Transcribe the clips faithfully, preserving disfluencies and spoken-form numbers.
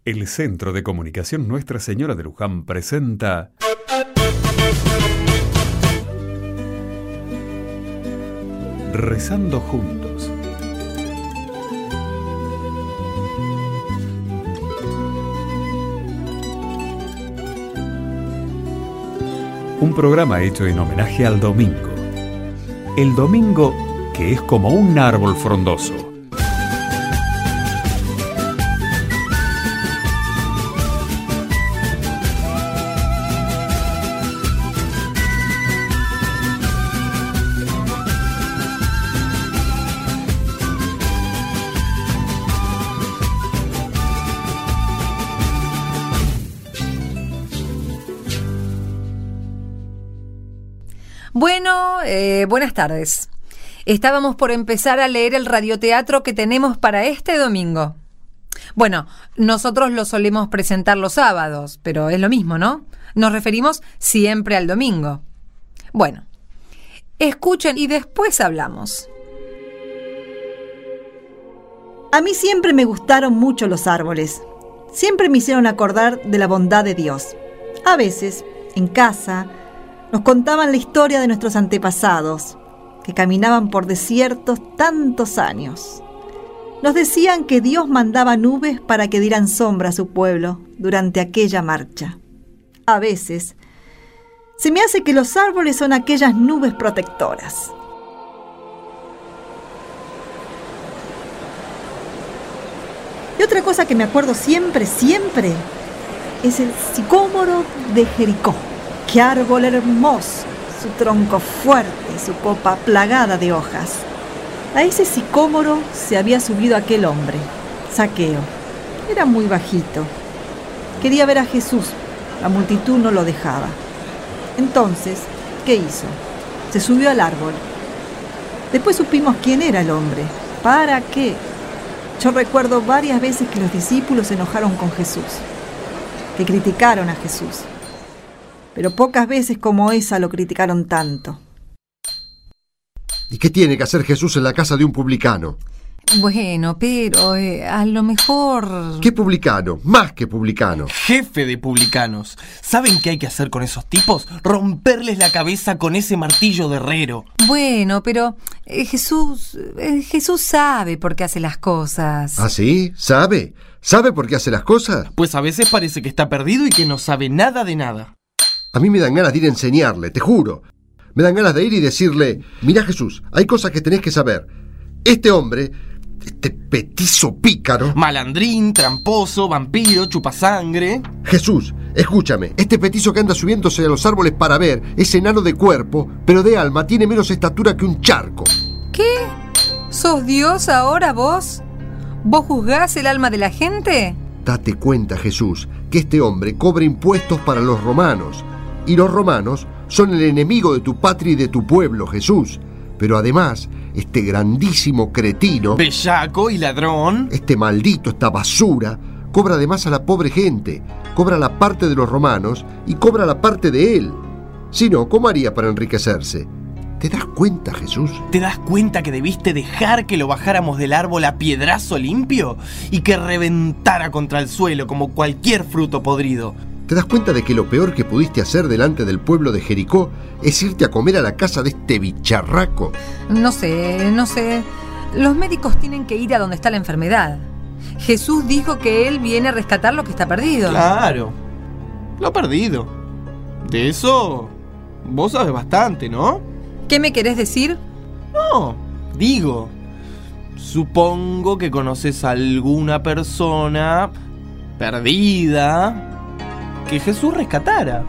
El Centro de Comunicación Nuestra Señora de Luján presenta Rezando Juntos. Un programa hecho en homenaje al domingo. El domingo que es como un árbol frondoso. Bueno, eh, buenas tardes. Estábamos por empezar a leer el radioteatro que tenemos para este domingo. Bueno, nosotros lo solemos presentar los sábados, pero es lo mismo, ¿no? Nos referimos siempre al domingo. Bueno, escuchen y después hablamos. A mí siempre me gustaron mucho los árboles. Siempre me hicieron acordar de la bondad de Dios. A veces, en casa, nos contaban la historia de nuestros antepasados, que caminaban por desiertos tantos años. Nos decían que Dios mandaba nubes para que dieran sombra a su pueblo durante aquella marcha. A veces, se me hace que los árboles son aquellas nubes protectoras. Y otra cosa que me acuerdo siempre, siempre, es el sicómoro de Jericó. ¡Qué árbol hermoso! Su tronco fuerte, su copa plagada de hojas. A ese sicómoro se había subido aquel hombre, Zaqueo. Era muy bajito. Quería ver a Jesús. La multitud no lo dejaba. Entonces, ¿qué hizo? Se subió al árbol. Después supimos quién era el hombre. ¿Para qué? Yo recuerdo varias veces que los discípulos se enojaron con Jesús, que criticaron a Jesús. Pero pocas veces como esa lo criticaron tanto. ¿Y qué tiene que hacer Jesús en la casa de un publicano? Bueno, pero eh, a lo mejor... ¿Qué publicano? Más que publicano. Jefe de publicanos. ¿Saben qué hay que hacer con esos tipos? Romperles la cabeza con ese martillo de herrero. Bueno, pero eh, Jesús... Eh, Jesús sabe por qué hace las cosas. ¿Ah, sí? ¿Sabe? ¿Sabe por qué hace las cosas? Pues a veces parece que está perdido y que no sabe nada de nada. A mí me dan ganas de ir a enseñarle, te juro. Me dan ganas de ir y decirle: mirá, Jesús, hay cosas que tenés que saber. Este hombre, este petizo pícaro... Malandrín, tramposo, vampiro, chupasangre... Jesús, escúchame, este petizo que anda subiéndose a los árboles para ver es enano de cuerpo, pero de alma tiene menos estatura que un charco. ¿Qué? ¿Sos Dios ahora vos? ¿Vos juzgás el alma de la gente? Date cuenta, Jesús, que este hombre cobra impuestos para los romanos. Y los romanos son el enemigo de tu patria y de tu pueblo, Jesús. Pero además, este grandísimo cretino... bellaco y ladrón... este maldito, esta basura, cobra además a la pobre gente. Cobra la parte de los romanos y cobra la parte de él. Si no, ¿cómo haría para enriquecerse? ¿Te das cuenta, Jesús? ¿Te das cuenta que debiste dejar que lo bajáramos del árbol a piedrazo limpio? Y que reventara contra el suelo como cualquier fruto podrido. ¿Te das cuenta de que lo peor que pudiste hacer delante del pueblo de Jericó es irte a comer a la casa de este bicharraco? No sé, no sé. Los médicos tienen que ir a donde está la enfermedad. Jesús dijo que Él viene a rescatar lo que está perdido. Claro, lo perdido. De eso vos sabes bastante, ¿no? ¿Qué me querés decir? No, digo, supongo que conoces a alguna persona perdida que Jesús rescatara.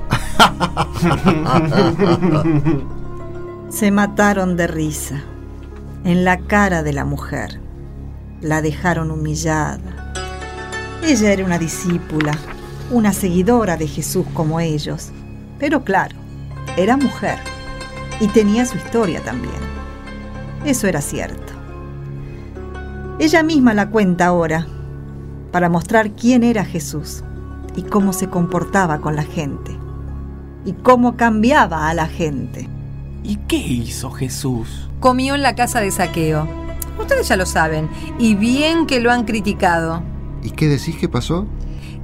Se mataron de risa en la cara de la mujer. La dejaron humillada. Ella era una discípula, una seguidora de Jesús como ellos. Pero claro, era mujer y tenía su historia también. Eso era cierto. Ella misma la cuenta ahora para mostrar quién era Jesús y cómo se comportaba con la gente y cómo cambiaba a la gente. ¿Y qué hizo Jesús? Comió en la casa de Zaqueo. Ustedes ya lo saben, y bien que lo han criticado. ¿Y qué decís que pasó?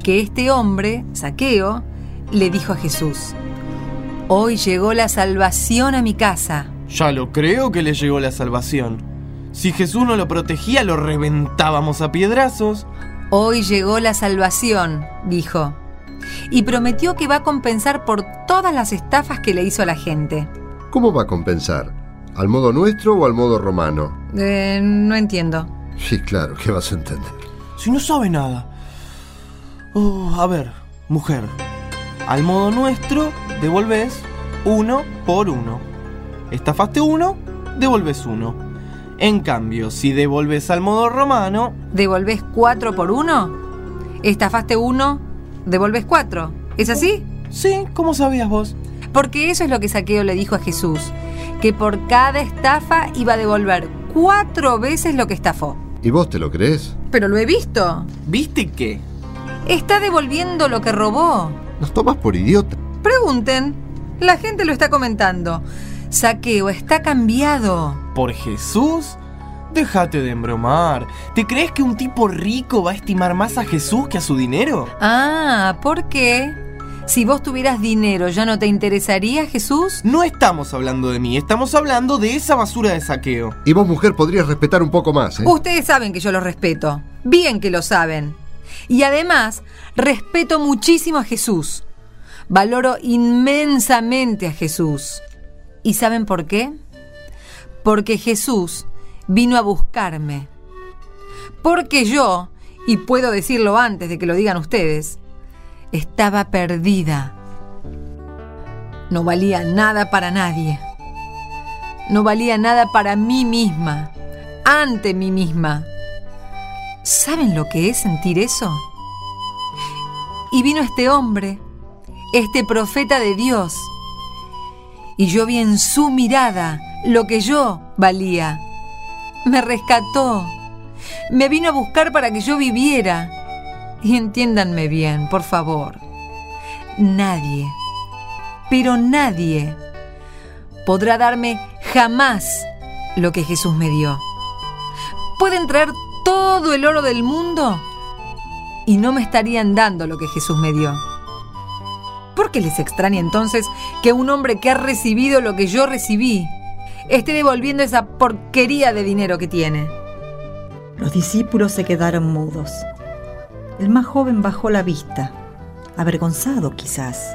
que este hombre, Zaqueo, le dijo a Jesús: hoy llegó la salvación a mi casa. Ya lo creo que le llegó la salvación. Si Jesús no lo protegía, lo reventábamos a piedrazos. Hoy llegó la salvación, dijo, y prometió que va a compensar por todas las estafas que le hizo a la gente. ¿Cómo va a compensar? ¿Al modo nuestro o al modo romano? Eh, no entiendo. Sí, claro, ¿qué vas a entender? Si no sabe nada. Oh, a ver, mujer. Al modo nuestro, devolvés uno por uno. Estafaste uno, devolvés uno. En cambio, si devolvés al modo romano... ¿Devolvés cuatro por uno? Estafaste uno, devolvés cuatro. ¿Es así? Sí, ¿cómo sabías vos? Porque eso es lo que Zaqueo le dijo a Jesús, que por cada estafa iba a devolver cuatro veces lo que estafó. ¿Y vos te lo crees? Pero lo he visto. ¿Viste qué? Está devolviendo lo que robó. ¿Nos tomas por idiota? Pregunten. La gente lo está comentando. Zaqueo está cambiado. ¿Por Jesús? Déjate de embromar. ¿Te crees que un tipo rico va a estimar más a Jesús que a su dinero? Ah, ¿por qué? Si vos tuvieras dinero, ¿ya no te interesaría Jesús? No estamos hablando de mí, estamos hablando de esa basura de Zaqueo. Y vos, mujer, podrías respetar un poco más, ¿eh? Ustedes saben que yo los respeto. Bien que lo saben. Y además, respeto muchísimo a Jesús. Valoro inmensamente a Jesús. ¿Y saben por qué? Porque Jesús vino a buscarme. Porque yo, y puedo decirlo antes de que lo digan ustedes, estaba perdida. No valía nada para nadie. No valía nada para mí misma, ante mí misma. ¿Saben lo que es sentir eso? Y vino este hombre, este profeta de Dios, y yo vi en su mirada lo que yo valía. Me rescató, me vino a buscar para que yo viviera. Y entiéndanme bien, por favor. Nadie, pero nadie, podrá darme jamás lo que Jesús me dio. Pueden traer todo el oro del mundo y no me estarían dando lo que Jesús me dio. ¿Por qué les extraña entonces que un hombre que ha recibido lo que yo recibí esté devolviendo esa porquería de dinero que tiene? Los discípulos se quedaron mudos. El más joven bajó la vista, avergonzado quizás.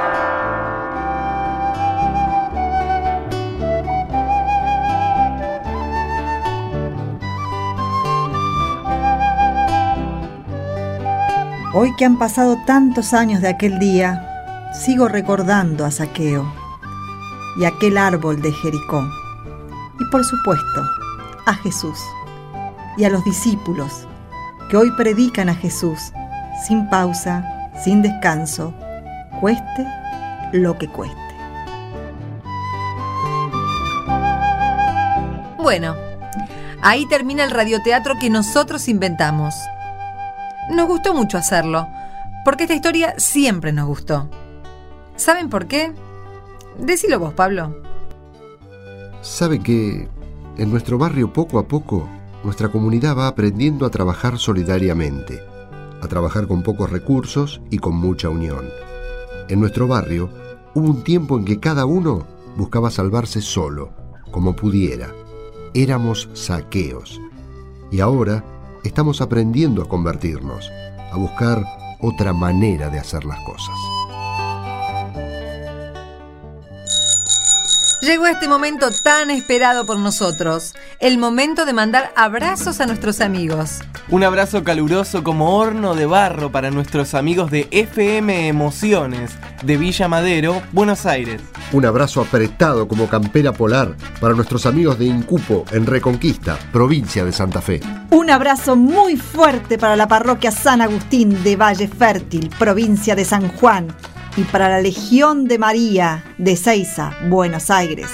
Hoy que han pasado tantos años de aquel día, sigo recordando a Zaqueo y aquel árbol de Jericó. Y por supuesto, a Jesús y a los discípulos que hoy predican a Jesús sin pausa, sin descanso, cueste lo que cueste. Bueno, ahí termina el radioteatro que nosotros inventamos. Nos gustó mucho hacerlo, porque esta historia siempre nos gustó. ¿Saben por qué? Decilo vos, Pablo. ¿Sabe que en nuestro barrio poco a poco nuestra comunidad va aprendiendo a trabajar solidariamente, a trabajar con pocos recursos y con mucha unión? En nuestro barrio hubo un tiempo en que cada uno buscaba salvarse solo, como pudiera. Éramos Zaqueos. Y ahora estamos aprendiendo a convertirnos, a buscar otra manera de hacer las cosas. Llegó este momento tan esperado por nosotros, el momento de mandar abrazos a nuestros amigos. Un abrazo caluroso como horno de barro para nuestros amigos de F M Emociones, de Villa Madero, Buenos Aires. Un abrazo apretado como campera polar para nuestros amigos de Incupo, en Reconquista, provincia de Santa Fe. Un abrazo muy fuerte para la parroquia San Agustín de Valle Fértil, provincia de San Juan, y para la Legión de María de Seiza, Buenos Aires.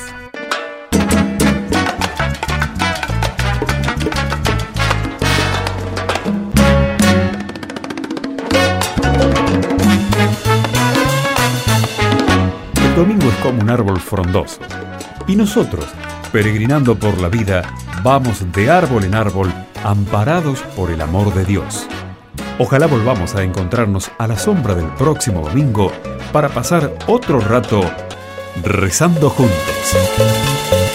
El domingo es como un árbol frondoso, y nosotros, peregrinando por la vida, vamos de árbol en árbol, amparados por el amor de Dios. Ojalá volvamos a encontrarnos a la sombra del próximo domingo para pasar otro rato rezando juntos.